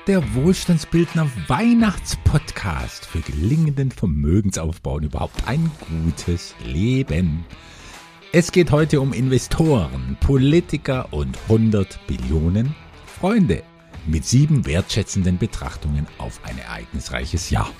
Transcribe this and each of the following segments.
der Wohlstandsbildner Weihnachtspodcast für gelingenden Vermögensaufbau und überhaupt ein gutes Leben. Es geht heute um Investoren, Politiker und 100 Billionen Freunde mit 7 wertschätzenden Betrachtungen auf ein ereignisreiches Jahr.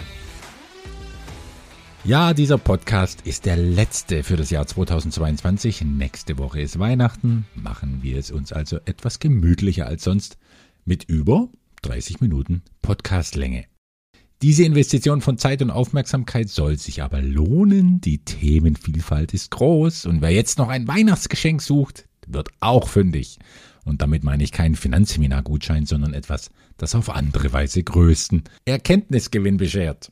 Ja, dieser Podcast ist der letzte für das Jahr 2022. Nächste Woche ist Weihnachten. Machen wir es uns also etwas gemütlicher als sonst mit über 30 Minuten Podcastlänge. Diese Investition von Zeit und Aufmerksamkeit soll sich aber lohnen. Die Themenvielfalt ist groß und wer jetzt noch ein Weihnachtsgeschenk sucht, wird auch fündig. Und damit meine ich keinen Finanzseminargutschein, sondern etwas, das auf andere Weise größten Erkenntnisgewinn beschert.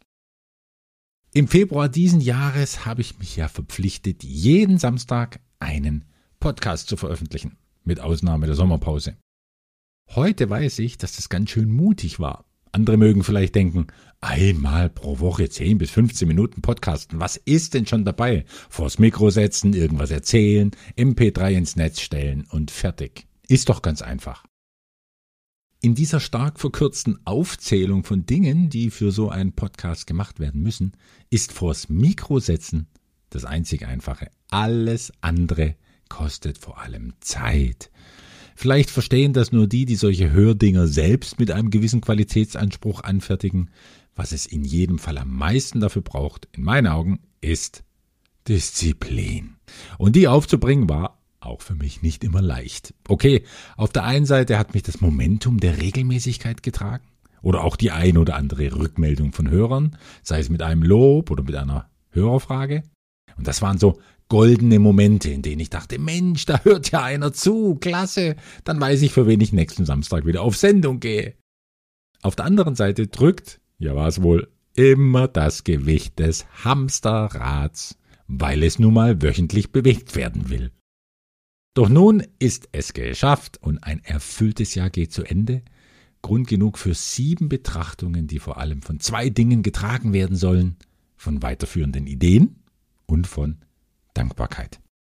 Im Februar diesen Jahres habe ich mich ja verpflichtet, jeden Samstag einen Podcast zu veröffentlichen, mit Ausnahme der Sommerpause. Heute weiß ich, dass das ganz schön mutig war. Andere mögen vielleicht denken, einmal pro Woche 10 bis 15 Minuten podcasten, was ist denn schon dabei? Vors Mikro setzen, irgendwas erzählen, MP3 ins Netz stellen und fertig. Ist doch ganz einfach. In dieser stark verkürzten Aufzählung von Dingen, die für so einen Podcast gemacht werden müssen, ist vors Mikro setzen das einzig Einfache. Alles andere kostet vor allem Zeit. Vielleicht verstehen das nur die solche Hördinger selbst mit einem gewissen Qualitätsanspruch anfertigen. Was es in jedem Fall am meisten dafür braucht, in meinen Augen, ist Disziplin. Und die aufzubringen war auch für mich nicht immer leicht. Okay, auf der einen Seite hat mich das Momentum der Regelmäßigkeit getragen oder auch die ein oder andere Rückmeldung von Hörern, sei es mit einem Lob oder mit einer Hörerfrage. Und das waren so goldene Momente, in denen ich dachte, Mensch, da hört ja einer zu, klasse, dann weiß ich, für wen ich nächsten Samstag wieder auf Sendung gehe. Auf der anderen Seite drückt, ja war es wohl, immer das Gewicht des Hamsterrads, weil es nun mal wöchentlich bewegt werden will. Doch nun ist es geschafft und ein erfülltes Jahr geht zu Ende. Grund genug für 7 Betrachtungen, die vor allem von 2 Dingen getragen werden sollen, von weiterführenden Ideen und von Dankbarkeit.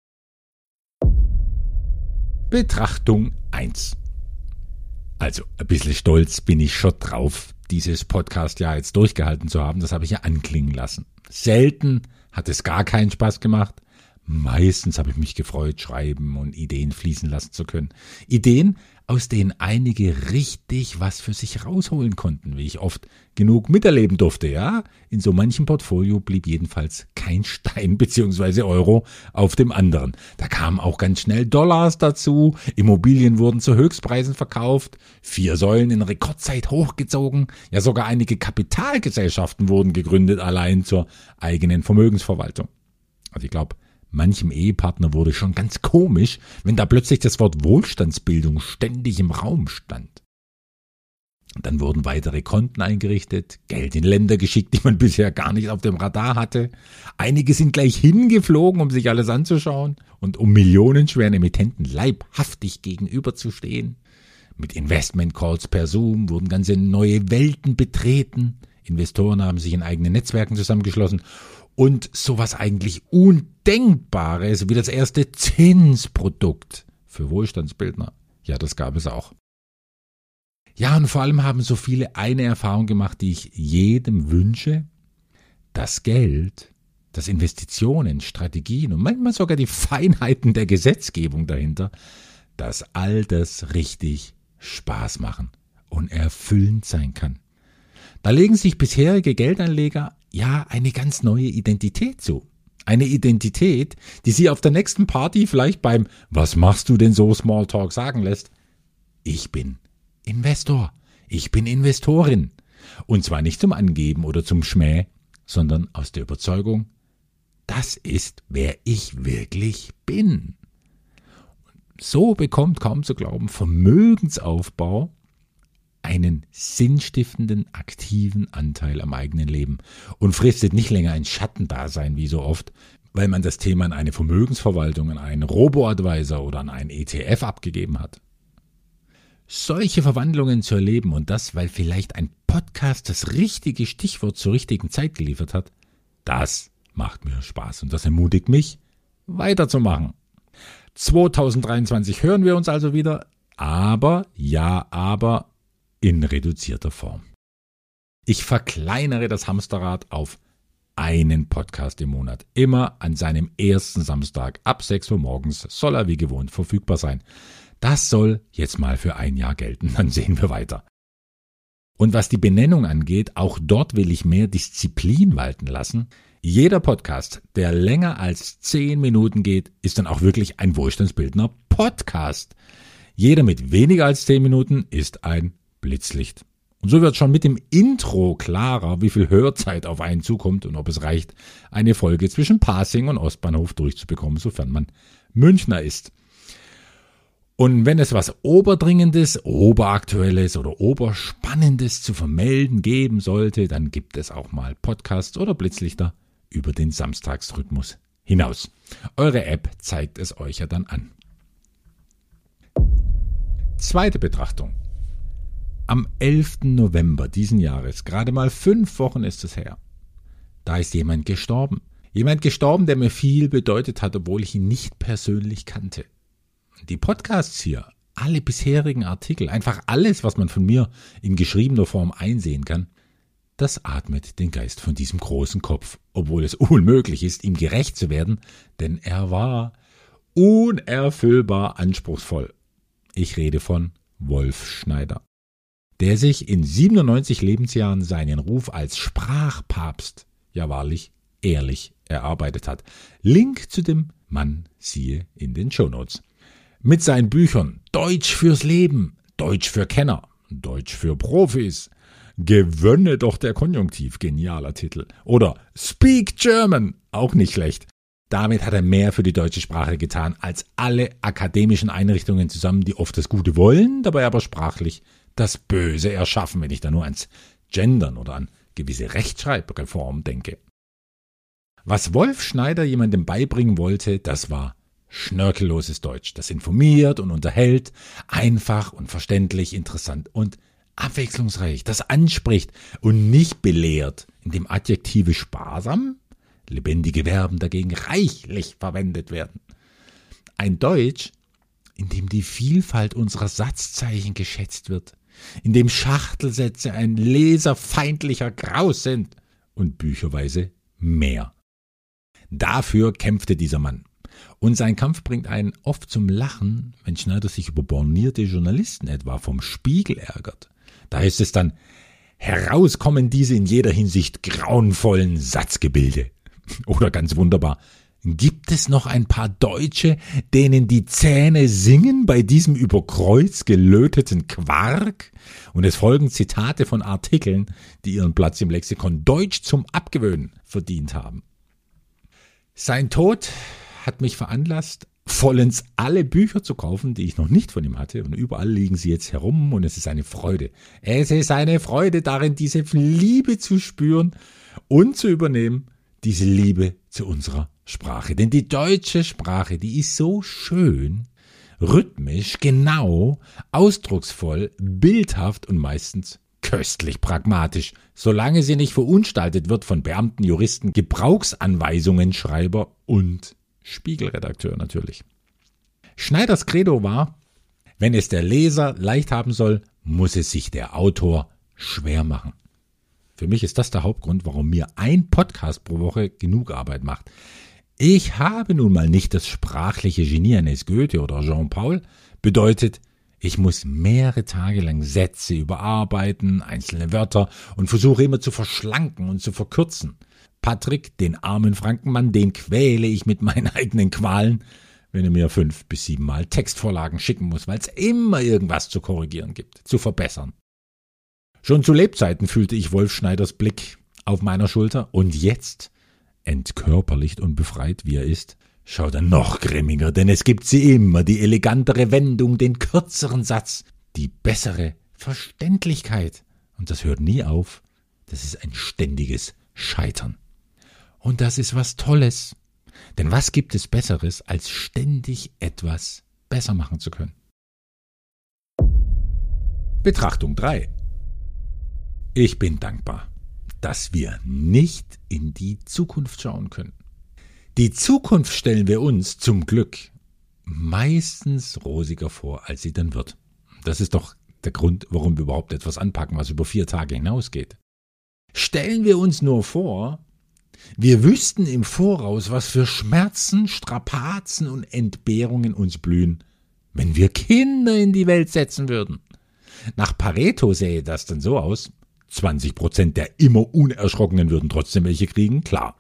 Betrachtung 1. Also ein bisschen stolz bin ich schon drauf, dieses Podcast-Jahr jetzt durchgehalten zu haben. Das habe ich ja anklingen lassen. Selten hat es gar keinen Spaß gemacht. Meistens habe ich mich gefreut, schreiben und Ideen fließen lassen zu können. Ideen, aus denen einige richtig was für sich rausholen konnten, wie ich oft genug miterleben durfte, ja. In so manchem Portfolio blieb jedenfalls kein Stein bzw. Euro auf dem anderen. Da kamen auch ganz schnell Dollars dazu, Immobilien wurden zu Höchstpreisen verkauft, 4 Säulen in Rekordzeit hochgezogen, ja sogar einige Kapitalgesellschaften wurden gegründet, allein zur eigenen Vermögensverwaltung. Also ich glaube, manchem Ehepartner wurde schon ganz komisch, wenn da plötzlich das Wort Wohlstandsbildung ständig im Raum stand. Dann wurden weitere Konten eingerichtet, Geld in Länder geschickt, die man bisher gar nicht auf dem Radar hatte. Einige sind gleich hingeflogen, um sich alles anzuschauen und um millionenschweren Emittenten leibhaftig gegenüberzustehen. Mit Investment Calls per Zoom wurden ganze neue Welten betreten. Investoren haben sich in eigenen Netzwerken zusammengeschlossen. Und sowas eigentlich Undenkbares wie das erste Zinsprodukt für Wohlstandsbildner. Ja, das gab es auch. Ja, und vor allem haben so viele eine Erfahrung gemacht, die ich jedem wünsche. Das Geld, das Investitionen, Strategien und manchmal sogar die Feinheiten der Gesetzgebung dahinter, dass all das richtig Spaß machen und erfüllend sein kann. Da legen sich bisherige Geldanleger ja eine ganz neue Identität zu. Eine Identität, die sie auf der nächsten Party vielleicht beim "Was machst du denn so" Smalltalk sagen lässt. Ich bin Investor. Ich bin Investorin. Und zwar nicht zum Angeben oder zum Schmäh, sondern aus der Überzeugung, das ist, wer ich wirklich bin. So bekommt, kaum zu glauben, Vermögensaufbau einen sinnstiftenden, aktiven Anteil am eigenen Leben und fristet nicht länger ein Schattendasein wie so oft, weil man das Thema an eine Vermögensverwaltung, an einen Robo-Advisor oder an einen ETF abgegeben hat. Solche Verwandlungen zu erleben und das, weil vielleicht ein Podcast das richtige Stichwort zur richtigen Zeit geliefert hat, das macht mir Spaß und das ermutigt mich, weiterzumachen. 2023 hören wir uns also wieder, aber in reduzierter Form. Ich verkleinere das Hamsterrad auf einen Podcast im Monat. Immer an seinem ersten Samstag ab 6 Uhr morgens soll er wie gewohnt verfügbar sein. Das soll jetzt mal für ein Jahr gelten, dann sehen wir weiter. Und was die Benennung angeht, auch dort will ich mehr Disziplin walten lassen. Jeder Podcast, der länger als 10 Minuten geht, ist dann auch wirklich ein wohlstandsbildender Podcast. Jeder mit weniger als 10 Minuten ist ein Blitzlicht. Und so wird schon mit dem Intro klarer, wie viel Hörzeit auf einen zukommt und ob es reicht, eine Folge zwischen Pasing und Ostbahnhof durchzubekommen, sofern man Münchner ist. Und wenn es was Oberdringendes, Oberaktuelles oder Oberspannendes zu vermelden geben sollte, dann gibt es auch mal Podcasts oder Blitzlichter über den Samstagsrhythmus hinaus. Eure App zeigt es euch ja dann an. Zweite Betrachtung. Am 11. November diesen Jahres, gerade mal 5 Wochen ist es her, da ist jemand gestorben. Jemand gestorben, der mir viel bedeutet hat, obwohl ich ihn nicht persönlich kannte. Die Podcasts hier, alle bisherigen Artikel, einfach alles, was man von mir in geschriebener Form einsehen kann, das atmet den Geist von diesem großen Kopf, obwohl es unmöglich ist, ihm gerecht zu werden, denn er war unerfüllbar anspruchsvoll. Ich rede von Wolf Schneider, der sich in 97 Lebensjahren seinen Ruf als Sprachpapst ja wahrlich ehrlich erarbeitet hat. Link zu dem Mann siehe in den Shownotes. Mit seinen Büchern Deutsch fürs Leben, Deutsch für Kenner, Deutsch für Profis, Gewönne doch der Konjunktiv, genialer Titel, oder Speak German, auch nicht schlecht. Damit hat er mehr für die deutsche Sprache getan als alle akademischen Einrichtungen zusammen, die oft das Gute wollen, dabei aber sprachlich das Böse erschaffen, wenn ich da nur ans Gendern oder an gewisse Rechtschreibreformen denke. Was Wolf Schneider jemandem beibringen wollte, das war schnörkelloses Deutsch, das informiert und unterhält, einfach und verständlich, interessant und abwechslungsreich, das anspricht und nicht belehrt, indem Adjektive sparsam, lebendige Verben dagegen reichlich verwendet werden. Ein Deutsch, in dem die Vielfalt unserer Satzzeichen geschätzt wird, in dem Schachtelsätze ein leserfeindlicher Graus sind und bücherweise mehr. Dafür kämpfte dieser Mann. Und sein Kampf bringt einen oft zum Lachen, wenn Schneider sich über bornierte Journalisten etwa vom Spiegel ärgert. Da heißt es dann, herauskommen diese in jeder Hinsicht grauenvollen Satzgebilde. Oder ganz wunderbar, gibt es noch ein paar Deutsche, denen die Zähne singen bei diesem über Kreuz gelöteten Quark? Und es folgen Zitate von Artikeln, die ihren Platz im Lexikon Deutsch zum Abgewöhnen verdient haben. Sein Tod hat mich veranlasst, vollends alle Bücher zu kaufen, die ich noch nicht von ihm hatte. Und überall liegen sie jetzt herum und es ist eine Freude. Es ist eine Freude darin, diese Liebe zu spüren und zu übernehmen, diese Liebe zu unserer Sprache. Denn die deutsche Sprache, die ist so schön, rhythmisch, genau, ausdrucksvoll, bildhaft und meistens köstlich pragmatisch, solange sie nicht verunstaltet wird von Beamten, Juristen, Gebrauchsanweisungen, Schreiber und Spiegelredakteur natürlich. Schneiders Credo war, wenn es der Leser leicht haben soll, muss es sich der Autor schwer machen. Für mich ist das der Hauptgrund, warum mir ein Podcast pro Woche genug Arbeit macht. Ich habe nun mal nicht das sprachliche Genie eines Goethe oder Jean Paul, bedeutet, ich muss mehrere Tage lang Sätze überarbeiten, einzelne Wörter und versuche immer zu verschlanken und zu verkürzen. Patrick, den armen Frankenmann, den quäle ich mit meinen eigenen Qualen, wenn er mir 5 bis 7 Mal Textvorlagen schicken muss, weil es immer irgendwas zu korrigieren gibt, zu verbessern. Schon zu Lebzeiten fühlte ich Wolf Schneiders Blick auf meiner Schulter und jetzt, entkörperlicht und befreit wie er ist, schaut er noch grimmiger, denn es gibt sie immer, die elegantere Wendung, den kürzeren Satz, die bessere Verständlichkeit. Und das hört nie auf, das ist ein ständiges Scheitern. Und das ist was Tolles, denn was gibt es Besseres, als ständig etwas besser machen zu können? Betrachtung 3. Ich bin dankbar, dass wir nicht in die Zukunft schauen können. Die Zukunft stellen wir uns zum Glück meistens rosiger vor, als sie dann wird. Das ist doch der Grund, warum wir überhaupt etwas anpacken, was über 4 Tage hinausgeht. Stellen wir uns nur vor, wir wüssten im Voraus, was für Schmerzen, Strapazen und Entbehrungen uns blühen, wenn wir Kinder in die Welt setzen würden. Nach Pareto sähe das dann so aus: 20% der immer Unerschrockenen würden trotzdem welche kriegen, klar.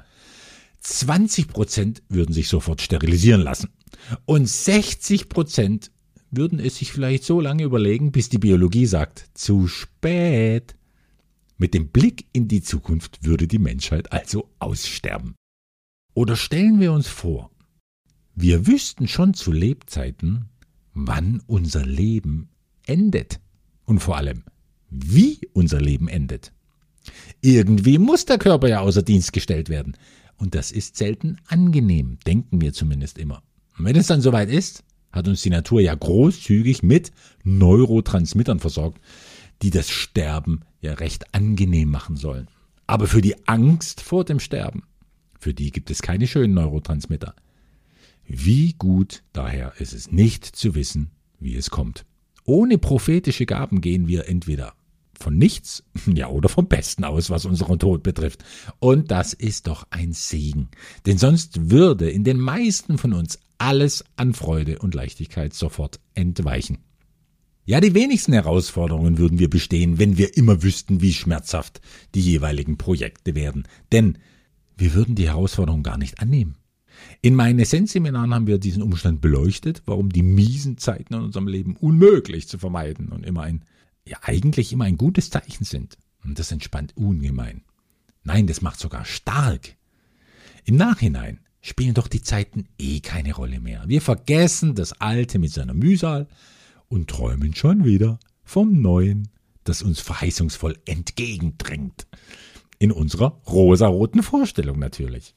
20% würden sich sofort sterilisieren lassen. Und 60% würden es sich vielleicht so lange überlegen, bis die Biologie sagt, zu spät. Mit dem Blick in die Zukunft würde die Menschheit also aussterben. Oder stellen wir uns vor, wir wüssten schon zu Lebzeiten, wann unser Leben endet. Und vor allem, wie unser Leben endet. Irgendwie muss der Körper ja außer Dienst gestellt werden. Und das ist selten angenehm, denken wir zumindest immer. Und wenn es dann soweit ist, hat uns die Natur ja großzügig mit Neurotransmittern versorgt, die das Sterben ja recht angenehm machen sollen. Aber für die Angst vor dem Sterben, für die gibt es keine schönen Neurotransmitter. Wie gut daher ist es nicht zu wissen, wie es kommt. Ohne prophetische Gaben gehen wir entweder von nichts, ja, oder vom Besten aus, was unseren Tod betrifft. Und das ist doch ein Segen. Denn sonst würde in den meisten von uns alles an Freude und Leichtigkeit sofort entweichen. Ja, die wenigsten Herausforderungen würden wir bestehen, wenn wir immer wüssten, wie schmerzhaft die jeweiligen Projekte werden. Denn wir würden die Herausforderung gar nicht annehmen. In meinen Essenzseminaren haben wir diesen Umstand beleuchtet, warum die miesen Zeiten in unserem Leben unmöglich zu vermeiden und eigentlich immer ein gutes Zeichen sind. Und das entspannt ungemein. Nein, das macht sogar stark. Im Nachhinein spielen doch die Zeiten keine Rolle mehr. Wir vergessen das Alte mit seiner Mühsal und träumen schon wieder vom Neuen, das uns verheißungsvoll entgegendrängt. In unserer rosaroten Vorstellung natürlich.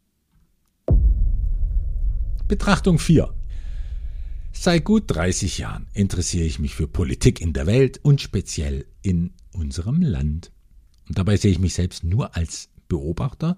Betrachtung 4. Seit gut 30 Jahren interessiere ich mich für Politik in der Welt und speziell in unserem Land. Und dabei sehe ich mich selbst nur als Beobachter,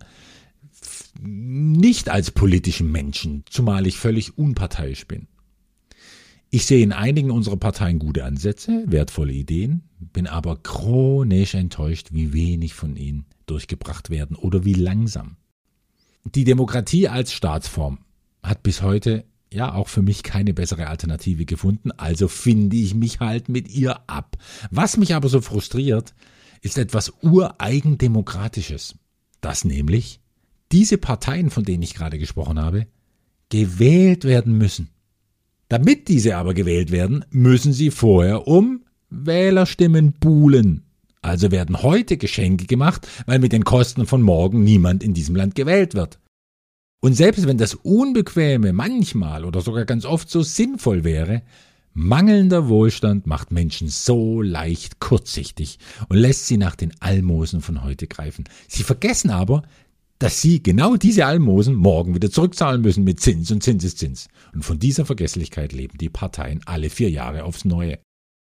nicht als politischen Menschen, zumal ich völlig unparteiisch bin. Ich sehe in einigen unserer Parteien gute Ansätze, wertvolle Ideen, bin aber chronisch enttäuscht, wie wenig von ihnen durchgebracht werden oder wie langsam. Die Demokratie als Staatsform hat bis heute ja auch für mich keine bessere Alternative gefunden, also finde ich mich halt mit ihr ab. Was mich aber so frustriert, ist etwas ureigendemokratisches, dass nämlich diese Parteien, von denen ich gerade gesprochen habe, gewählt werden müssen. Damit diese aber gewählt werden, müssen sie vorher um Wählerstimmen buhlen. Also werden heute Geschenke gemacht, weil mit den Kosten von morgen niemand in diesem Land gewählt wird. Und selbst wenn das Unbequeme manchmal oder sogar ganz oft so sinnvoll wäre, mangelnder Wohlstand macht Menschen so leicht kurzsichtig und lässt sie nach den Almosen von heute greifen. Sie vergessen aber, dass sie genau diese Almosen morgen wieder zurückzahlen müssen mit Zins und Zinseszins. Und von dieser Vergesslichkeit leben die Parteien alle 4 Jahre aufs Neue.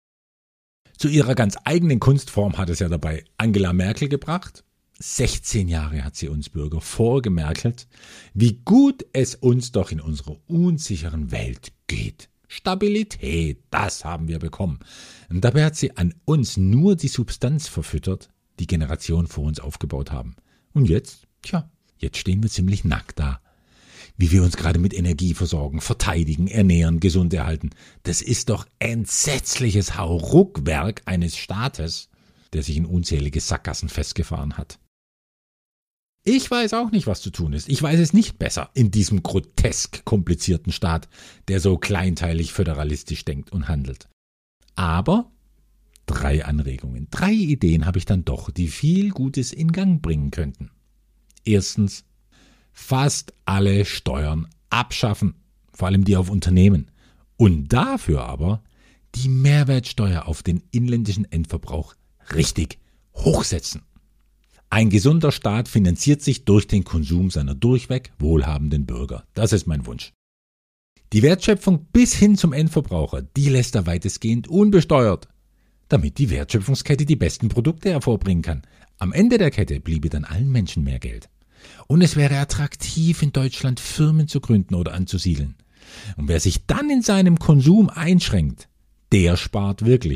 Zu ihrer ganz eigenen Kunstform hat es ja dabei Angela Merkel gebracht. 16 Jahre hat sie uns Bürger vorgemerkelt, wie gut es uns doch in unserer unsicheren Welt geht. Stabilität, das haben wir bekommen. Und dabei hat sie an uns nur die Substanz verfüttert, die Generationen vor uns aufgebaut haben. Und jetzt stehen wir ziemlich nackt da. Wie wir uns gerade mit Energie versorgen, verteidigen, ernähren, gesund erhalten. Das ist doch entsetzliches Hauruckwerk eines Staates, der sich in unzählige Sackgassen festgefahren hat. Ich weiß auch nicht, was zu tun ist. Ich weiß es nicht besser in diesem grotesk komplizierten Staat, der so kleinteilig föderalistisch denkt und handelt. Aber 3 Anregungen, 3 Ideen habe ich dann doch, die viel Gutes in Gang bringen könnten. Erstens, fast alle Steuern abschaffen, vor allem die auf Unternehmen. Und dafür aber die Mehrwertsteuer auf den inländischen Endverbrauch richtig hochsetzen. Ein gesunder Staat finanziert sich durch den Konsum seiner durchweg wohlhabenden Bürger. Das ist mein Wunsch. Die Wertschöpfung bis hin zum Endverbraucher, die lässt er weitestgehend unbesteuert, damit die Wertschöpfungskette die besten Produkte hervorbringen kann. Am Ende der Kette bliebe dann allen Menschen mehr Geld. Und es wäre attraktiv, in Deutschland Firmen zu gründen oder anzusiedeln. Und wer sich dann in seinem Konsum einschränkt, der spart wirklich.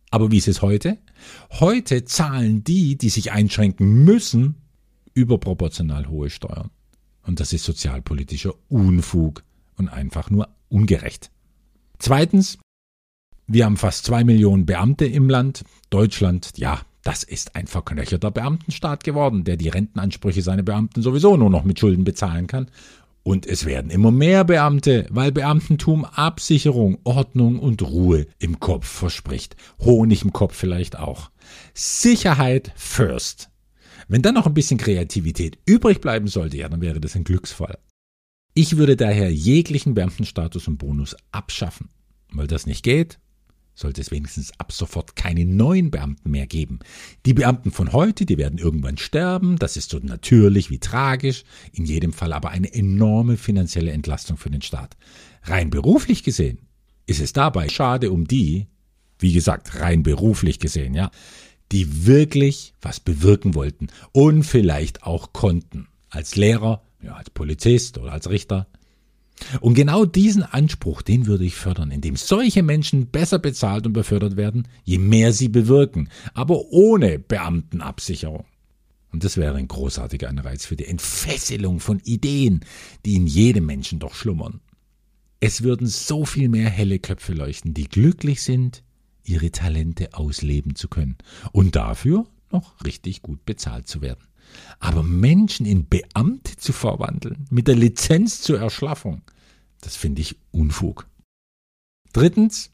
Aber wie ist es heute? Heute zahlen die, die sich einschränken müssen, überproportional hohe Steuern. Und das ist sozialpolitischer Unfug und einfach nur ungerecht. Zweitens, wir haben fast 2 Millionen Beamte im Land. Deutschland, ja, das ist ein verknöcherter Beamtenstaat geworden, der die Rentenansprüche seiner Beamten sowieso nur noch mit Schulden bezahlen kann. Und es werden immer mehr Beamte, weil Beamtentum Absicherung, Ordnung und Ruhe im Kopf verspricht. Honig im Kopf vielleicht auch. Sicherheit first. Wenn dann noch ein bisschen Kreativität übrig bleiben sollte, ja, dann wäre das ein Glücksfall. Ich würde daher jeglichen Beamtenstatus und Bonus abschaffen. Weil das nicht geht, sollte es wenigstens ab sofort keine neuen Beamten mehr geben. Die Beamten von heute, die werden irgendwann sterben, das ist so natürlich wie tragisch, in jedem Fall aber eine enorme finanzielle Entlastung für den Staat. Rein beruflich gesehen ist es dabei schade um die, wie gesagt, rein beruflich gesehen, ja, die wirklich was bewirken wollten und vielleicht auch konnten. Als Lehrer, ja, als Polizist oder als Richter. Und genau diesen Anspruch, den würde ich fördern, indem solche Menschen besser bezahlt und befördert werden, je mehr sie bewirken, aber ohne Beamtenabsicherung. Und das wäre ein großartiger Anreiz für die Entfesselung von Ideen, die in jedem Menschen doch schlummern. Es würden so viel mehr helle Köpfe leuchten, die glücklich sind, ihre Talente ausleben zu können und dafür noch richtig gut bezahlt zu werden. Aber Menschen in Beamte zu verwandeln, mit der Lizenz zur Erschlaffung, das finde ich Unfug. Drittens,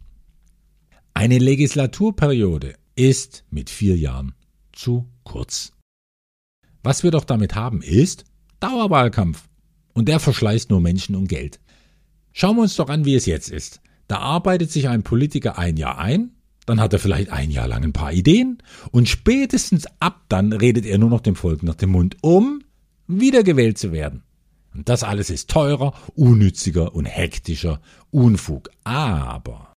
eine Legislaturperiode ist mit 4 Jahren zu kurz. Was wir doch damit haben, ist Dauerwahlkampf. Und der verschleißt nur Menschen und Geld. Schauen wir uns doch an, wie es jetzt ist. Da arbeitet sich ein Politiker ein Jahr ein, dann hat er vielleicht ein Jahr lang ein paar Ideen und spätestens ab dann redet er nur noch dem Volk nach dem Mund, um wiedergewählt zu werden. Und das alles ist teurer, unnütziger und hektischer Unfug. Aber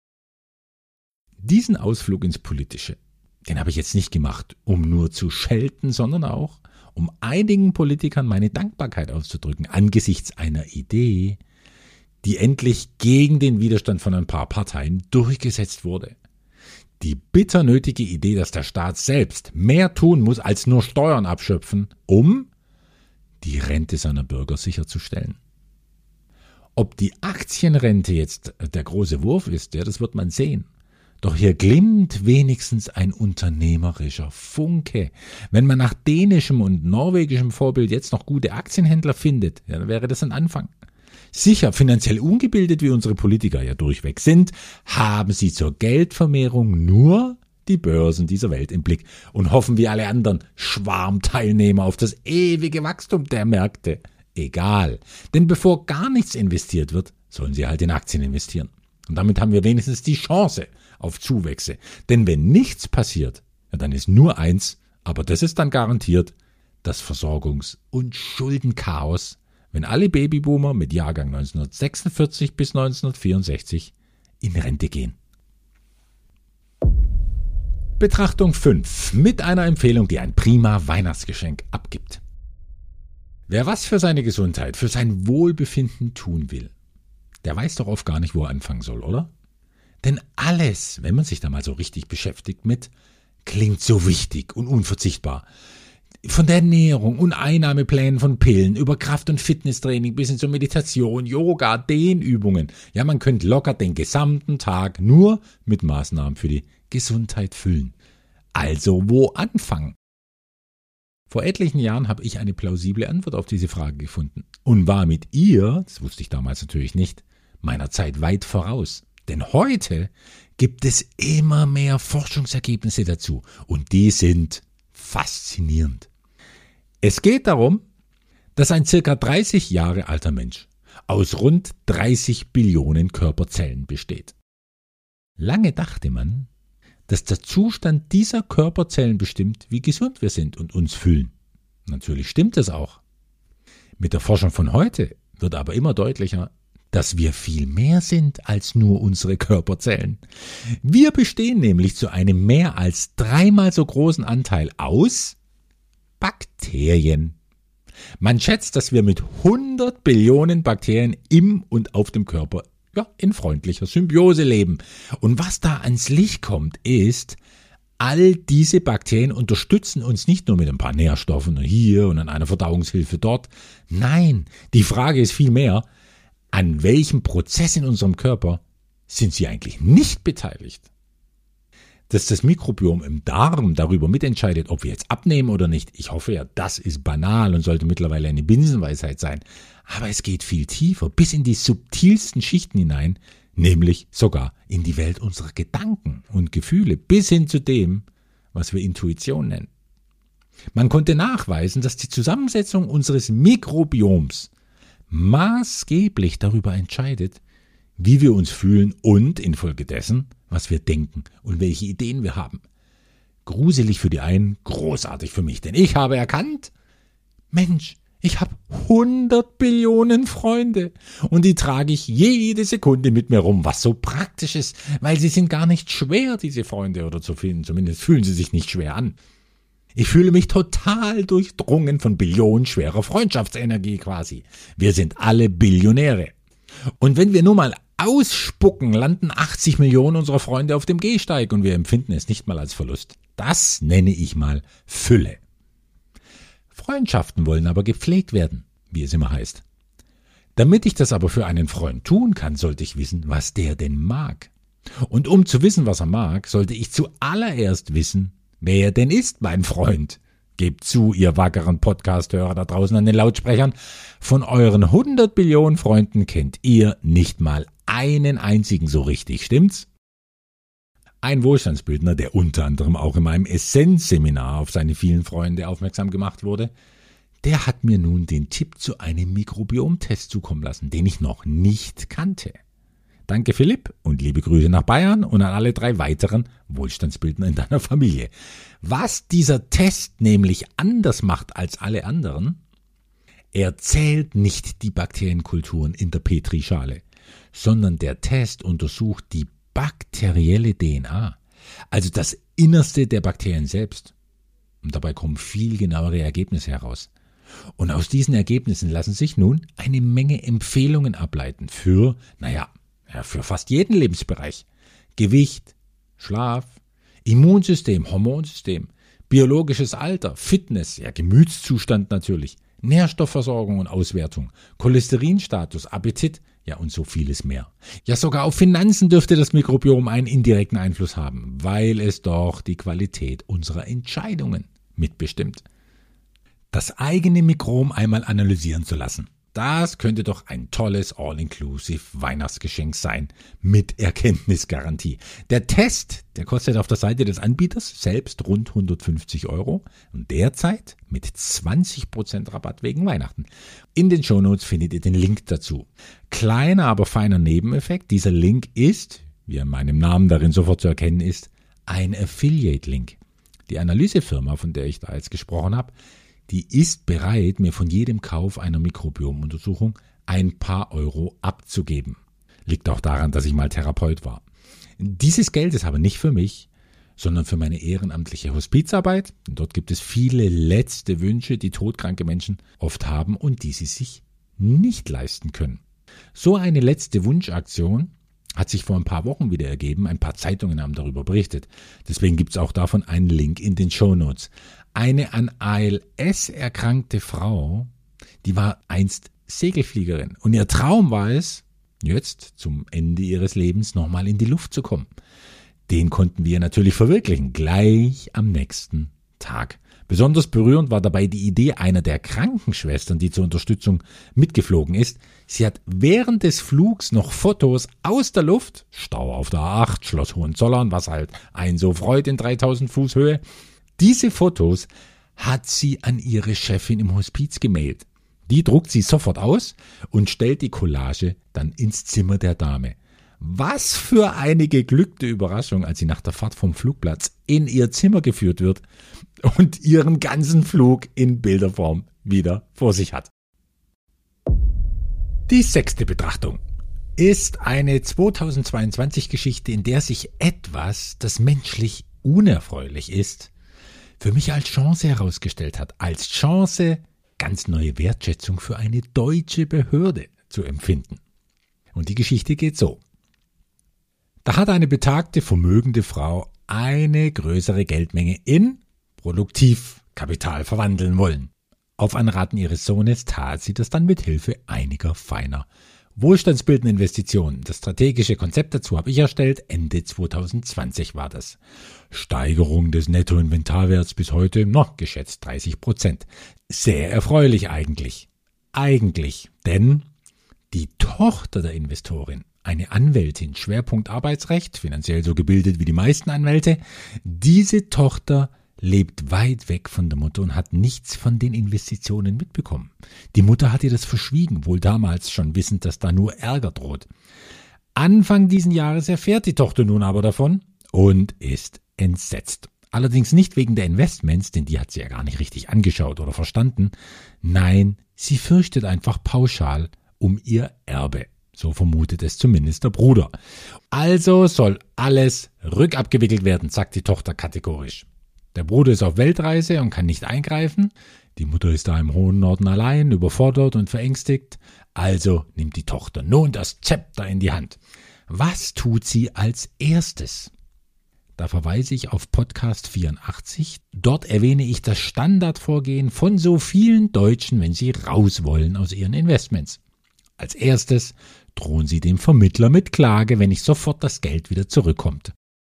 diesen Ausflug ins Politische, den habe ich jetzt nicht gemacht, um nur zu schelten, sondern auch, um einigen Politikern meine Dankbarkeit auszudrücken angesichts einer Idee, die endlich gegen den Widerstand von ein paar Parteien durchgesetzt wurde. Die bitter nötige Idee, dass der Staat selbst mehr tun muss, als nur Steuern abschöpfen, um die Rente seiner Bürger sicherzustellen. Ob die Aktienrente jetzt der große Wurf ist, ja, das wird man sehen. Doch hier glimmt wenigstens ein unternehmerischer Funke. Wenn man nach dänischem und norwegischem Vorbild jetzt noch gute Aktienhändler findet, ja, dann wäre das ein Anfang. Sicher, finanziell ungebildet wie unsere Politiker ja durchweg sind, haben sie zur Geldvermehrung nur die Börsen dieser Welt im Blick und hoffen wie alle anderen Schwarmteilnehmer auf das ewige Wachstum der Märkte. Egal, denn bevor gar nichts investiert wird, sollen sie halt in Aktien investieren. Und damit haben wir wenigstens die Chance auf Zuwächse. Denn wenn nichts passiert, ja, dann ist nur eins, aber das ist dann garantiert, das Versorgungs- und Schuldenchaos, wenn alle Babyboomer mit Jahrgang 1946 bis 1964 in Rente gehen. Betrachtung 5 mit einer Empfehlung, die ein prima Weihnachtsgeschenk abgibt. Wer was für seine Gesundheit, für sein Wohlbefinden tun will, der weiß doch oft gar nicht, wo er anfangen soll, oder? Denn alles, wenn man sich da mal so richtig beschäftigt mit, klingt so wichtig und unverzichtbar. Von der Ernährung und Einnahmeplänen von Pillen über Kraft- und Fitnesstraining bis hin zur Meditation, Yoga, Dehnübungen. Ja, man könnte locker den gesamten Tag nur mit Maßnahmen für die Gesundheit füllen. Also wo anfangen? Vor etlichen Jahren habe ich eine plausible Antwort auf diese Frage gefunden und war mit ihr, das wusste ich damals natürlich nicht, meiner Zeit weit voraus. Denn heute gibt es immer mehr Forschungsergebnisse dazu und die sind faszinierend. Es geht darum, dass ein circa 30 Jahre alter Mensch aus rund 30 Billionen Körperzellen besteht. Lange dachte man, dass der Zustand dieser Körperzellen bestimmt, wie gesund wir sind und uns fühlen. Natürlich stimmt es auch. Mit der Forschung von heute wird aber immer deutlicher, dass wir viel mehr sind als nur unsere Körperzellen. Wir bestehen nämlich zu einem mehr als 3-mal so großen Anteil aus Bakterien. Man schätzt, dass wir mit 100 Billionen Bakterien im und auf dem Körper in freundlicher Symbiose leben. Und was da ans Licht kommt, ist, all diese Bakterien unterstützen uns nicht nur mit ein paar Nährstoffen hier und an einer Verdauungshilfe dort. Nein, die Frage ist vielmehr, an welchem Prozess in unserem Körper sind sie eigentlich nicht beteiligt? Dass das Mikrobiom im Darm darüber mitentscheidet, ob wir jetzt abnehmen oder nicht, ich hoffe ja, das ist banal und sollte mittlerweile eine Binsenweisheit sein. Aber es geht viel tiefer, bis in die subtilsten Schichten hinein, nämlich sogar in die Welt unserer Gedanken und Gefühle, bis hin zu dem, was wir Intuition nennen. Man konnte nachweisen, dass die Zusammensetzung unseres Mikrobioms maßgeblich darüber entscheidet, wie wir uns fühlen und infolgedessen, was wir denken und welche Ideen wir haben. Gruselig für die einen, großartig für mich, denn ich habe erkannt, Mensch, ich habe 100 Billionen Freunde und die trage ich jede Sekunde mit mir rum, was so praktisch ist, weil sie sind gar nicht schwer, diese Freunde, oder zu finden, zumindest fühlen sie sich nicht schwer an. Ich fühle mich total durchdrungen von billionenschwerer Freundschaftsenergie quasi. Wir sind alle Billionäre. Und wenn wir nur mal ausspucken, landen 80 Millionen unserer Freunde auf dem Gehsteig und wir empfinden es nicht mal als Verlust. Das nenne ich mal Fülle. Freundschaften wollen aber gepflegt werden, wie es immer heißt. Damit ich das aber für einen Freund tun kann, sollte ich wissen, was der denn mag. Und um zu wissen, was er mag, sollte ich zuallererst wissen, wer denn ist mein Freund. Gebt zu, ihr wackeren Podcast-Hörer da draußen an den Lautsprechern, von euren 100 Billionen Freunden kennt ihr nicht mal einen einzigen so richtig, stimmt's? Ein Wohlstandsbildner, der unter anderem auch in meinem Essenz-Seminar auf seine vielen Freunde aufmerksam gemacht wurde, der hat mir nun den Tipp zu einem Mikrobiomtest zukommen lassen, den ich noch nicht kannte. Danke Philipp und liebe Grüße nach Bayern und an alle 3 weiteren Wohlstandsbildner in deiner Familie. Was dieser Test nämlich anders macht als alle anderen, er zählt nicht die Bakterienkulturen in der Petrischale, sondern der Test untersucht die bakterielle DNA, also das Innerste der Bakterien selbst. Und dabei kommen viel genauere Ergebnisse heraus. Und aus diesen Ergebnissen lassen sich nun eine Menge Empfehlungen ableiten für fast jeden Lebensbereich. Gewicht, Schlaf, Immunsystem, Hormonsystem, biologisches Alter, Fitness, Gemütszustand natürlich, Nährstoffversorgung und Auswertung, Cholesterinstatus, Appetit, und so vieles mehr. Ja, sogar auf Finanzen dürfte das Mikrobiom einen indirekten Einfluss haben, weil es doch die Qualität unserer Entscheidungen mitbestimmt. Das eigene Mikrobiom einmal analysieren zu lassen, das könnte doch ein tolles All-Inclusive Weihnachtsgeschenk sein mit Erkenntnisgarantie. Der Test, der kostet auf der Seite des Anbieters selbst rund 150 € und derzeit mit 20% Rabatt wegen Weihnachten. In den Shownotes findet ihr den Link dazu. Kleiner, aber feiner Nebeneffekt, dieser Link ist, wie in meinem Namen darin sofort zu erkennen ist, ein Affiliate-Link. Die Analysefirma, von der ich da jetzt gesprochen habe, die ist bereit, mir von jedem Kauf einer Mikrobiomuntersuchung ein paar Euro abzugeben. Liegt auch daran, dass ich mal Therapeut war. Dieses Geld ist aber nicht für mich, sondern für meine ehrenamtliche Hospizarbeit. Dort gibt es viele letzte Wünsche, die todkranke Menschen oft haben und die sie sich nicht leisten können. So eine letzte Wunschaktion hat sich vor ein paar Wochen wieder ergeben. Ein paar Zeitungen haben darüber berichtet. Deswegen gibt es auch davon einen Link in den Shownotes. Eine an ALS erkrankte Frau, die war einst Segelfliegerin und ihr Traum war es, jetzt zum Ende ihres Lebens nochmal in die Luft zu kommen. Den konnten wir natürlich verwirklichen, gleich am nächsten Tag. Besonders berührend war dabei die Idee einer der Krankenschwestern, die zur Unterstützung mitgeflogen ist. Sie hat während des Flugs noch Fotos aus der Luft, Stau auf der A8, Schloss Hohenzollern, was halt einen so freut in 3000 Fuß Höhe. Diese Fotos hat sie an ihre Chefin im Hospiz gemailt. Die druckt sie sofort aus und stellt die Collage dann ins Zimmer der Dame. Was für eine geglückte Überraschung, als sie nach der Fahrt vom Flugplatz in ihr Zimmer geführt wird und ihren ganzen Flug in Bilderform wieder vor sich hat. Die 6. Betrachtung ist eine 2022 Geschichte, in der sich etwas, das menschlich unerfreulich ist, für mich als Chance herausgestellt hat. Als Chance, ganz neue Wertschätzung für eine deutsche Behörde zu empfinden. Und die Geschichte geht so. Da hat eine betagte, vermögende Frau eine größere Geldmenge in Produktivkapital verwandeln wollen. Auf Anraten ihres Sohnes tat sie das dann mit Hilfe einiger feiner wohlstandsbildender Investitionen. Das strategische Konzept dazu habe ich erstellt. Ende 2020 war das. Steigerung des Nettoinventarwerts bis heute noch geschätzt 30%. Sehr erfreulich eigentlich. Denn die Tochter der Investorin, eine Anwältin, Schwerpunkt Arbeitsrecht, finanziell so gebildet wie die meisten Anwälte, diese Tochter lebt weit weg von der Mutter und hat nichts von den Investitionen mitbekommen. Die Mutter hat ihr das verschwiegen, wohl damals schon wissend, dass da nur Ärger droht. Anfang diesen Jahres erfährt die Tochter nun aber davon und ist entsetzt. Allerdings nicht wegen der Investments, denn die hat sie ja gar nicht richtig angeschaut oder verstanden. Nein, sie fürchtet einfach pauschal um ihr Erbe. So vermutet es zumindest der Bruder. Also soll alles rückabgewickelt werden, sagt die Tochter kategorisch. Der Bruder ist auf Weltreise und kann nicht eingreifen. Die Mutter ist da im hohen Norden allein, überfordert und verängstigt. Also nimmt die Tochter nun das Zepter in die Hand. Was tut sie als erstes? Da verweise ich auf Podcast 84. Dort erwähne ich das Standardvorgehen von so vielen Deutschen, wenn sie raus wollen aus ihren Investments. Als erstes drohen sie dem Vermittler mit Klage, wenn nicht sofort das Geld wieder zurückkommt.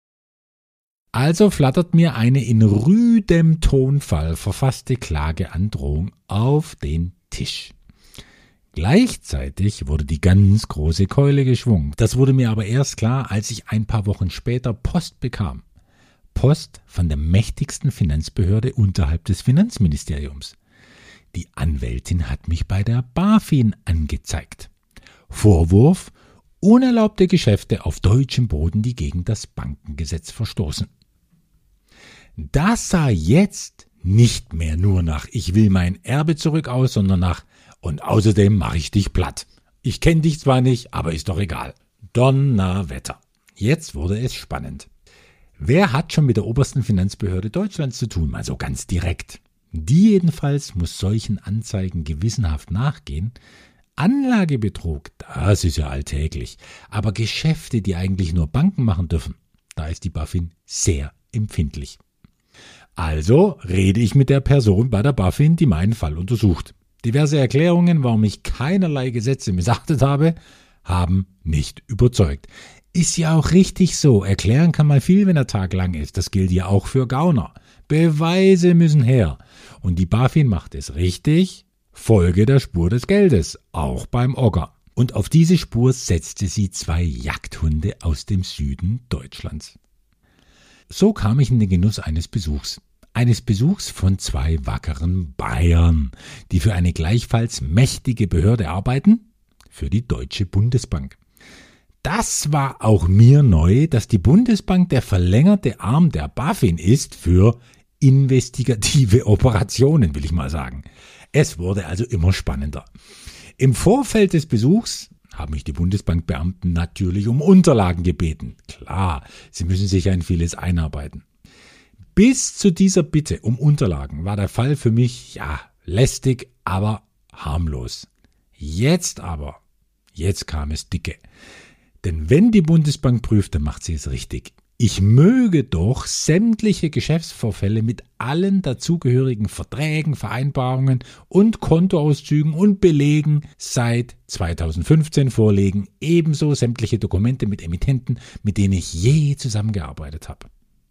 Also flattert mir eine in rüdem Tonfall verfasste Klageandrohung auf den Tisch. Gleichzeitig wurde die ganz große Keule geschwungen. Das wurde mir aber erst klar, als ich ein paar Wochen später Post bekam. Post von der mächtigsten Finanzbehörde unterhalb des Finanzministeriums. Die Anwältin hat mich bei der BaFin angezeigt. Vorwurf: unerlaubte Geschäfte auf deutschem Boden, die gegen das Bankengesetz verstoßen. Das sah jetzt nicht mehr nur nach "Ich will mein Erbe zurück" aus, sondern nach "Und außerdem mache ich dich platt. Ich kenne dich zwar nicht, aber ist doch egal." Donnerwetter. Jetzt wurde es spannend. Wer hat schon mit der obersten Finanzbehörde Deutschlands zu tun? Mal so ganz direkt. Die jedenfalls muss solchen Anzeigen gewissenhaft nachgehen. Anlagebetrug, das ist ja alltäglich. Aber Geschäfte, die eigentlich nur Banken machen dürfen, da ist die BaFin sehr empfindlich. Also rede ich mit der Person bei der BaFin, die meinen Fall untersucht. Diverse Erklärungen, warum ich keinerlei Gesetze missachtet habe, haben nicht überzeugt. Ist ja auch richtig so. Erklären kann man viel, wenn der Tag lang ist. Das gilt ja auch für Gauner. Beweise müssen her. Und die BaFin macht es richtig. Folge der Spur des Geldes, auch beim Ogger. Und auf diese Spur setzte sie 2 Jagdhunde aus dem Süden Deutschlands. So kam ich in den Genuss eines Besuchs von 2 wackeren Bayern, die für eine gleichfalls mächtige Behörde arbeiten, für die Deutsche Bundesbank. Das war auch mir neu, dass die Bundesbank der verlängerte Arm der BaFin ist für investigative Operationen, will ich mal sagen. Es wurde also immer spannender. Im Vorfeld des Besuchs haben mich die Bundesbankbeamten natürlich um Unterlagen gebeten. Klar, sie müssen sich ja in vieles einarbeiten. Bis zu dieser Bitte um Unterlagen war der Fall für mich, lästig, aber harmlos. Jetzt kam es dicke. Denn wenn die Bundesbank prüft, dann macht sie es richtig. Ich möge doch sämtliche Geschäftsvorfälle mit allen dazugehörigen Verträgen, Vereinbarungen und Kontoauszügen und Belegen seit 2015 vorlegen, ebenso sämtliche Dokumente mit Emittenten, mit denen ich je zusammengearbeitet habe.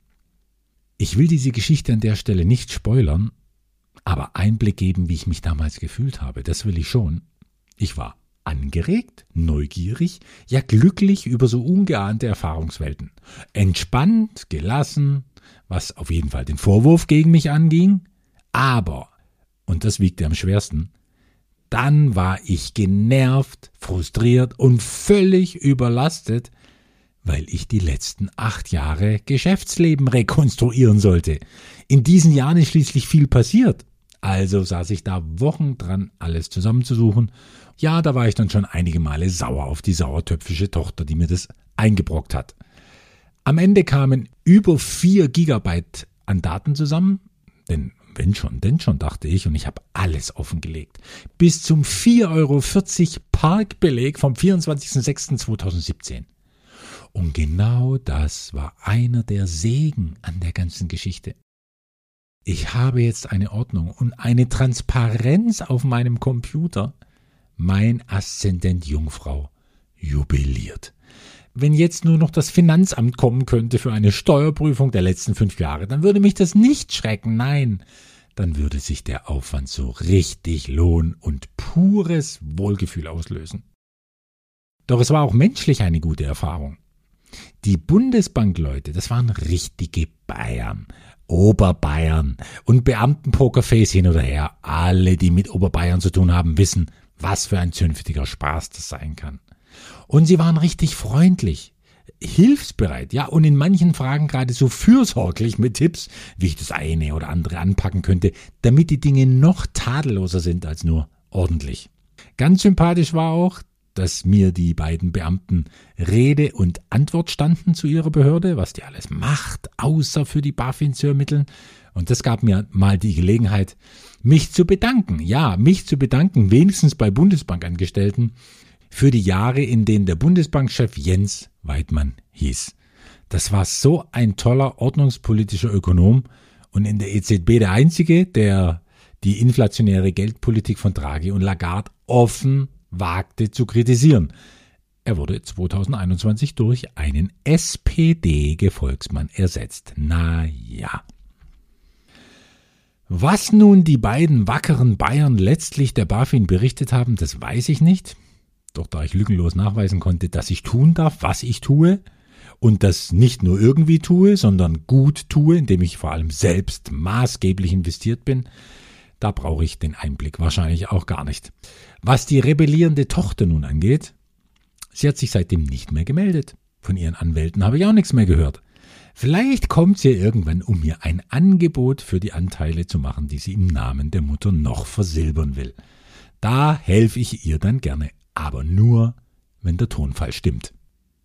Ich will diese Geschichte an der Stelle nicht spoilern, aber Einblick geben, wie ich mich damals gefühlt habe, das will ich schon. Ich war angeregt, neugierig, ja glücklich über so ungeahnte Erfahrungswelten. Entspannt, gelassen, was auf jeden Fall den Vorwurf gegen mich anging. Aber, und das wiegte am schwersten, dann war ich genervt, frustriert und völlig überlastet, weil ich die letzten 8 Jahre Geschäftsleben rekonstruieren sollte. In diesen Jahren ist schließlich viel passiert. Also saß ich da Wochen dran, alles zusammenzusuchen. Ja, da war ich dann schon einige Male sauer auf die sauertöpfische Tochter, die mir das eingebrockt hat. Am Ende kamen über 4 Gigabyte an Daten zusammen, denn Wenn schon, denn schon, dachte ich, und ich habe alles offengelegt. Bis zum 4,40 € Parkbeleg vom 24.06.2017. Und genau das war einer der Segen an der ganzen Geschichte. Ich habe jetzt eine Ordnung und eine Transparenz auf meinem Computer. Mein Aszendent Jungfrau jubiliert. Wenn jetzt nur noch das Finanzamt kommen könnte für eine Steuerprüfung der letzten 5 Jahre, dann würde mich das nicht schrecken, nein. Dann würde sich der Aufwand so richtig lohnen und pures Wohlgefühl auslösen. Doch es war auch menschlich eine gute Erfahrung. Die Bundesbankleute, das waren richtige Bayern, Oberbayern und Beamtenpokerface hin oder her. Alle, die mit Oberbayern zu tun haben, wissen, was für ein zünftiger Spaß das sein kann. Und sie waren richtig freundlich, hilfsbereit, ja, und in manchen Fragen geradezu fürsorglich mit Tipps, wie ich das eine oder andere anpacken könnte, damit die Dinge noch tadelloser sind als nur ordentlich. Ganz sympathisch war auch, dass mir die beiden Beamten Rede und Antwort standen zu ihrer Behörde, was die alles macht, außer für die BaFin zu ermitteln. Und das gab mir mal die Gelegenheit, mich zu bedanken, wenigstens bei Bundesbankangestellten, für die Jahre, in denen der Bundesbankchef Jens Weidmann hieß. Das war so ein toller ordnungspolitischer Ökonom und in der EZB der Einzige, der die inflationäre Geldpolitik von Draghi und Lagarde offen wagte zu kritisieren. Er wurde 2021 durch einen SPD-Gefolgsmann ersetzt. Na ja. Was nun die beiden wackeren Bayern letztlich der BaFin berichtet haben, das weiß ich nicht. Doch da ich lückenlos nachweisen konnte, dass ich tun darf, was ich tue und das nicht nur irgendwie tue, sondern gut tue, indem ich vor allem selbst maßgeblich investiert bin, da brauche ich den Einblick wahrscheinlich auch gar nicht. Was die rebellierende Tochter nun angeht, sie hat sich seitdem nicht mehr gemeldet. Von ihren Anwälten habe ich auch nichts mehr gehört. Vielleicht kommt sie irgendwann, um mir ein Angebot für die Anteile zu machen, die sie im Namen der Mutter noch versilbern will. Da helfe ich ihr dann gerne. Aber nur, wenn der Tonfall stimmt.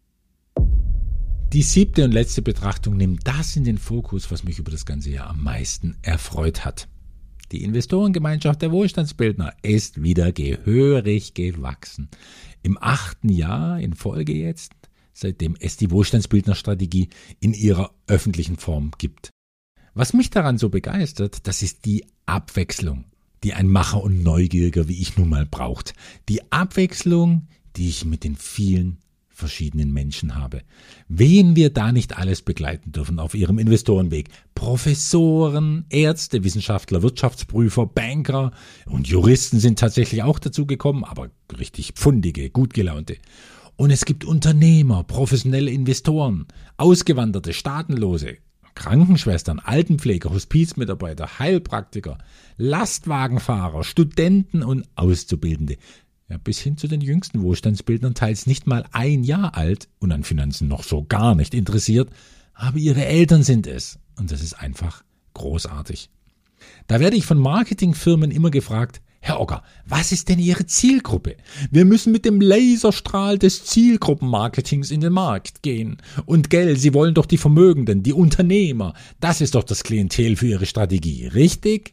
Die 7. und letzte Betrachtung nimmt das in den Fokus, was mich über das ganze Jahr am meisten erfreut hat. Die Investorengemeinschaft der Wohlstandsbildner ist wieder gehörig gewachsen. Im 8. Jahr in Folge jetzt, seitdem es die Wohlstandsbildnerstrategie in ihrer öffentlichen Form gibt. Was mich daran so begeistert, das ist die Abwechslung, die ein Macher und Neugieriger wie ich nun mal braucht. Die Abwechslung, die ich mit den vielen verschiedenen Menschen habe. Wen wir da nicht alles begleiten dürfen auf ihrem Investorenweg. Professoren, Ärzte, Wissenschaftler, Wirtschaftsprüfer, Banker und Juristen sind tatsächlich auch dazu gekommen, aber richtig pfundige, gut gelaunte. Und es gibt Unternehmer, professionelle Investoren, Ausgewanderte, Staatenlose, Krankenschwestern, Altenpfleger, Hospizmitarbeiter, Heilpraktiker, Lastwagenfahrer, Studenten und Auszubildende. Ja, bis hin zu den jüngsten Wohlstandsbildnern, teils nicht mal 1 Jahr alt und an Finanzen noch so gar nicht interessiert, aber ihre Eltern sind es. Und das ist einfach großartig. Da werde ich von Marketingfirmen immer gefragt, Herr Ogger, was ist denn Ihre Zielgruppe? Wir müssen mit dem Laserstrahl des Zielgruppenmarketings in den Markt gehen. Und gell, Sie wollen doch die Vermögenden, die Unternehmer. Das ist doch das Klientel für Ihre Strategie, richtig?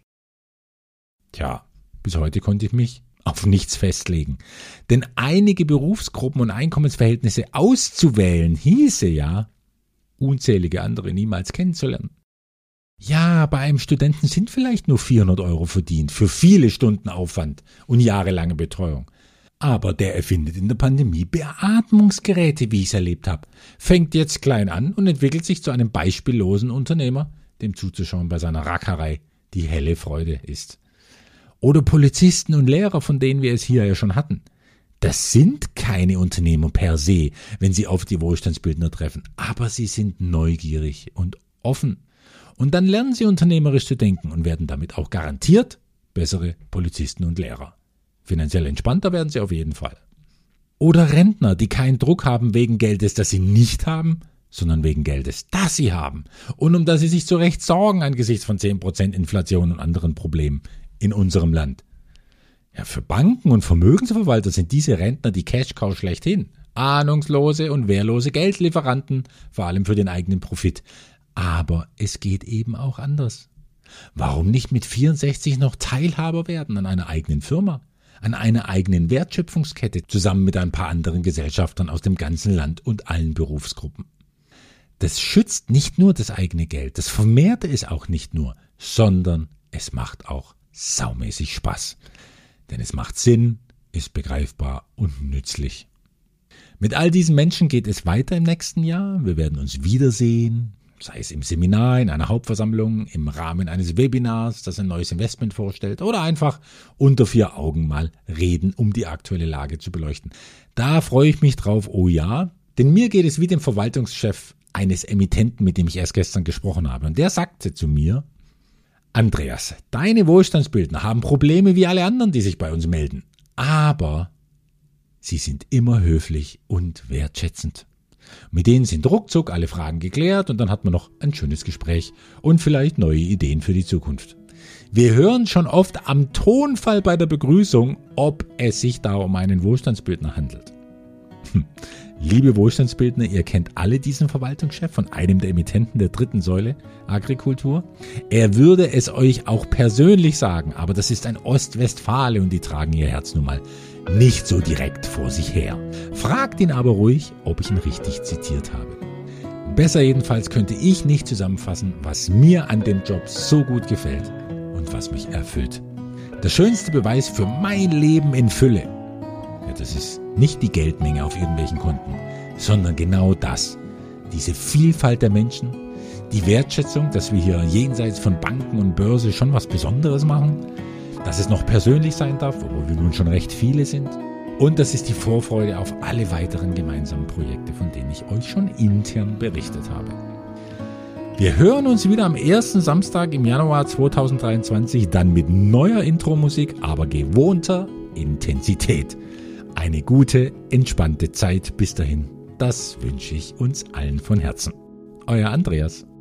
Tja, bis heute konnte ich mich auf nichts festlegen. Denn einige Berufsgruppen und Einkommensverhältnisse auszuwählen, hieße ja, unzählige andere niemals kennenzulernen. Ja, bei einem Studenten sind vielleicht nur 400 € verdient für viele Stunden Aufwand und jahrelange Betreuung. Aber der erfindet in der Pandemie Beatmungsgeräte, wie ich es erlebt habe, fängt jetzt klein an und entwickelt sich zu einem beispiellosen Unternehmer, dem zuzuschauen bei seiner Rackerei die helle Freude ist. Oder Polizisten und Lehrer, von denen wir es hier ja schon hatten. Das sind keine Unternehmer per se, wenn sie auf die Wohlstandsbildner treffen, aber sie sind neugierig und offen. Und dann lernen sie unternehmerisch zu denken und werden damit auch garantiert bessere Polizisten und Lehrer. Finanziell entspannter werden sie auf jeden Fall. Oder Rentner, die keinen Druck haben wegen Geldes, das sie nicht haben, sondern wegen Geldes, das sie haben. Und um das sie sich zu Recht sorgen angesichts von 10% Inflation und anderen Problemen in unserem Land. Ja, für Banken und Vermögensverwalter sind diese Rentner die Cash-Cow schlechthin. Ahnungslose und wehrlose Geldlieferanten, vor allem für den eigenen Profit. Aber es geht eben auch anders. Warum nicht mit 64 noch Teilhaber werden an einer eigenen Firma, an einer eigenen Wertschöpfungskette, zusammen mit ein paar anderen Gesellschaftern aus dem ganzen Land und allen Berufsgruppen? Das schützt nicht nur das eigene Geld, das vermehrt es auch nicht nur, sondern es macht auch saumäßig Spaß. Denn es macht Sinn, ist begreifbar und nützlich. Mit all diesen Menschen geht es weiter im nächsten Jahr. Wir werden uns wiedersehen, sei es im Seminar, in einer Hauptversammlung, im Rahmen eines Webinars, das ein neues Investment vorstellt, oder einfach unter 4 Augen mal reden, um die aktuelle Lage zu beleuchten. Da freue ich mich drauf, oh ja, denn mir geht es wie dem Verwaltungschef eines Emittenten, mit dem ich erst gestern gesprochen habe. Und der sagte zu mir: Andreas, deine Wohlstandsbildner haben Probleme wie alle anderen, die sich bei uns melden. Aber sie sind immer höflich und wertschätzend. Mit denen sind ruckzuck alle Fragen geklärt und dann hat man noch ein schönes Gespräch und vielleicht neue Ideen für die Zukunft. Wir hören schon oft am Tonfall bei der Begrüßung, ob es sich da um einen Wohlstandsbildner handelt. Liebe Wohlstandsbildner, ihr kennt alle diesen Verwaltungschef von einem der Emittenten der 3. Säule Agrikultur. Er würde es euch auch persönlich sagen, aber das ist ein Ostwestfale und die tragen ihr Herz nun mal nicht so direkt vor sich her. Fragt ihn aber ruhig, ob ich ihn richtig zitiert habe. Besser jedenfalls könnte ich nicht zusammenfassen, was mir an dem Job so gut gefällt und was mich erfüllt. Der schönste Beweis für mein Leben in Fülle, ja, das ist nicht die Geldmenge auf irgendwelchen Konten, sondern genau das. Diese Vielfalt der Menschen, die Wertschätzung, dass wir hier jenseits von Banken und Börse schon was Besonderes machen, dass es noch persönlich sein darf, obwohl wir nun schon recht viele sind. Und das ist die Vorfreude auf alle weiteren gemeinsamen Projekte, von denen ich euch schon intern berichtet habe. Wir hören uns wieder am ersten Samstag im Januar 2023, dann mit neuer Intro-Musik, aber gewohnter Intensität. Eine gute, entspannte Zeit bis dahin. Das wünsche ich uns allen von Herzen. Euer Andreas.